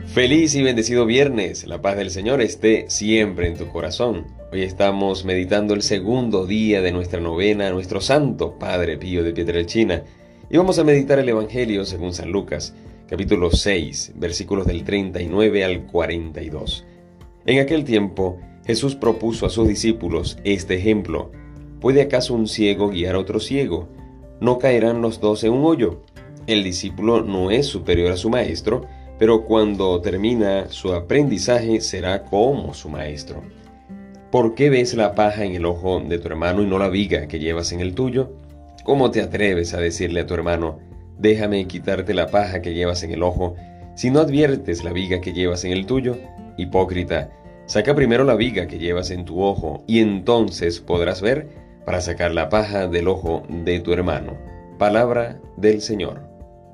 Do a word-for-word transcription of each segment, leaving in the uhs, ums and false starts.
Feliz y bendecido viernes. La paz del Señor esté siempre en tu corazón. Hoy estamos meditando el segundo día de nuestra novena, nuestro Santo Padre Pío de Pietrelcina. Y vamos a meditar el Evangelio según San Lucas, capítulo seis, versículos del treinta y nueve al cuarenta y dos. En aquel tiempo, Jesús propuso a sus discípulos este ejemplo. ¿Puede acaso un ciego guiar a otro ciego? ¿No caerán los dos en un hoyo? El discípulo no es superior a su maestro, pero cuando termina su aprendizaje será como su maestro. ¿Por qué ves la paja en el ojo de tu hermano y no la viga que llevas en el tuyo? ¿Cómo te atreves a decirle a tu hermano, déjame quitarte la paja que llevas en el ojo, si no adviertes la viga que llevas en el tuyo? Hipócrita, saca primero la viga que llevas en tu ojo, y entonces podrás ver para sacar la paja del ojo de tu hermano. Palabra del Señor.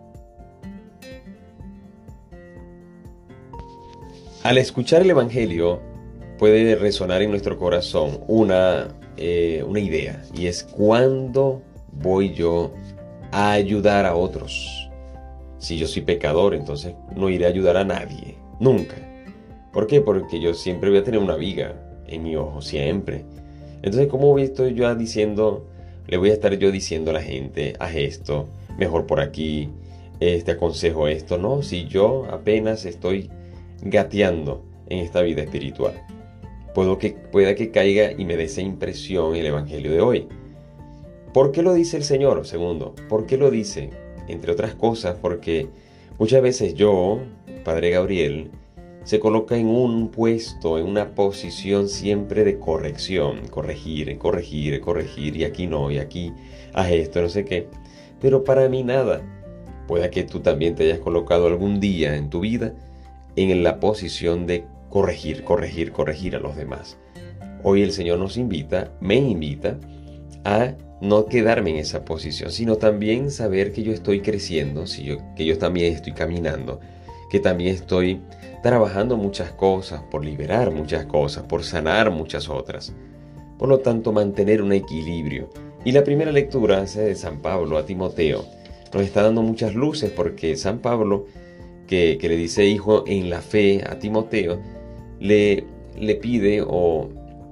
Al escuchar el Evangelio puede resonar en nuestro corazón una, eh, una idea, y es ¿cuándo voy yo a ayudar a otros? Si yo soy pecador, entonces no iré a ayudar a nadie, nunca. ¿Por qué? Porque yo siempre voy a tener una viga en mi ojo, siempre. Entonces, ¿cómo estoy yo diciendo, le voy a estar yo diciendo a la gente, haz esto, mejor por aquí, eh, te aconsejo esto? No, si yo apenas estoy gateando en esta vida espiritual. Puedo que, pueda que caiga y me dé esa impresión el Evangelio de hoy. ¿Por qué lo dice el Señor? Segundo, ¿por qué lo dice? Entre otras cosas, porque muchas veces yo, Padre Gabriel, se coloca en un puesto, en una posición siempre de corrección, corregir, corregir, corregir, y aquí no, y aquí haz esto, no sé qué. Pero para mí nada. Pueda que tú también te hayas colocado algún día en tu vida en la posición de corregir, corregir, corregir a los demás. Hoy el Señor nos invita, me invita, a no quedarme en esa posición, sino también saber que yo estoy creciendo, si yo, que yo también estoy caminando, que también estoy trabajando muchas cosas, por liberar muchas cosas, por sanar muchas otras. Por lo tanto, mantener un equilibrio. Y la primera lectura es de San Pablo a Timoteo. Nos está dando muchas luces porque San Pablo, Que, que le dice hijo en la fe a Timoteo, le, le pide o,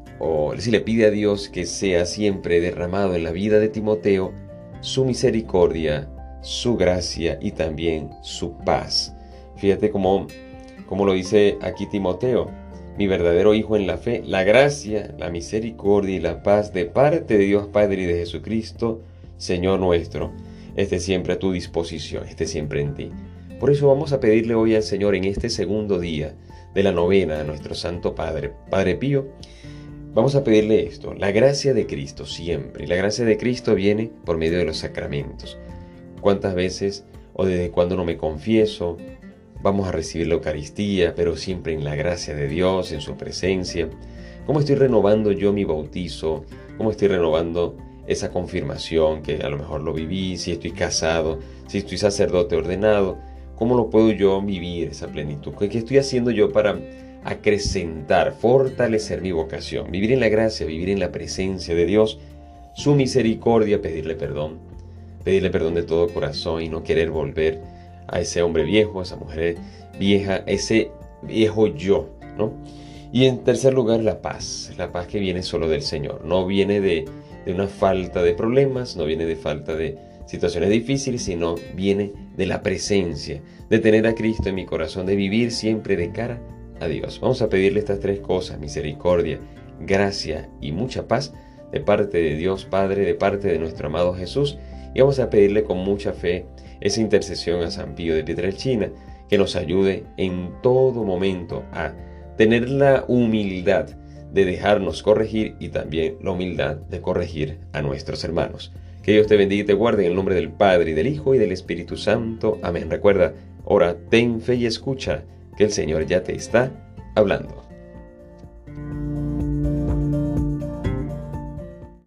o sí, le pide a Dios que sea siempre derramado en la vida de Timoteo su misericordia, su gracia y también su paz. Fíjate cómo, cómo lo dice aquí Timoteo, mi verdadero hijo en la fe, la gracia, la misericordia y la paz de parte de Dios Padre y de Jesucristo, Señor nuestro, esté siempre a tu disposición, esté siempre en ti. Por eso vamos a pedirle hoy al Señor en este segundo día de la novena a nuestro Santo Padre, Padre Pío. Vamos a pedirle esto, la gracia de Cristo siempre. Y la gracia de Cristo viene por medio de los sacramentos. ¿Cuántas veces o desde cuando no me confieso? Vamos a recibir la Eucaristía, pero siempre en la gracia de Dios, en su presencia. ¿Cómo estoy renovando yo mi bautizo? ¿Cómo estoy renovando esa confirmación que a lo mejor lo viví? Si estoy casado, si estoy sacerdote ordenado, ¿cómo lo puedo yo vivir esa plenitud? ¿Qué estoy haciendo yo para acrecentar, fortalecer mi vocación? Vivir en la gracia, vivir en la presencia de Dios, su misericordia, pedirle perdón, pedirle perdón de todo corazón y no querer volver a ese hombre viejo, a esa mujer vieja, a ese viejo yo, ¿no? Y en tercer lugar, la paz, la paz que viene solo del Señor, no viene de, de una falta de problemas, no viene de falta de situaciones difíciles, sino viene de la presencia, de tener a Cristo en mi corazón, de vivir siempre de cara a Dios. Vamos a pedirle estas tres cosas, misericordia, gracia y mucha paz, de parte de Dios Padre, de parte de nuestro amado Jesús, y vamos a pedirle con mucha fe esa intercesión a San Pío de Pietrelcina, que nos ayude en todo momento a tener la humildad de dejarnos corregir y también la humildad de corregir a nuestros hermanos. Que Dios te bendiga y te guarde en el nombre del Padre, y del Hijo, y del Espíritu Santo. Amén. Recuerda, ora, ten fe y escucha, que el Señor ya te está hablando.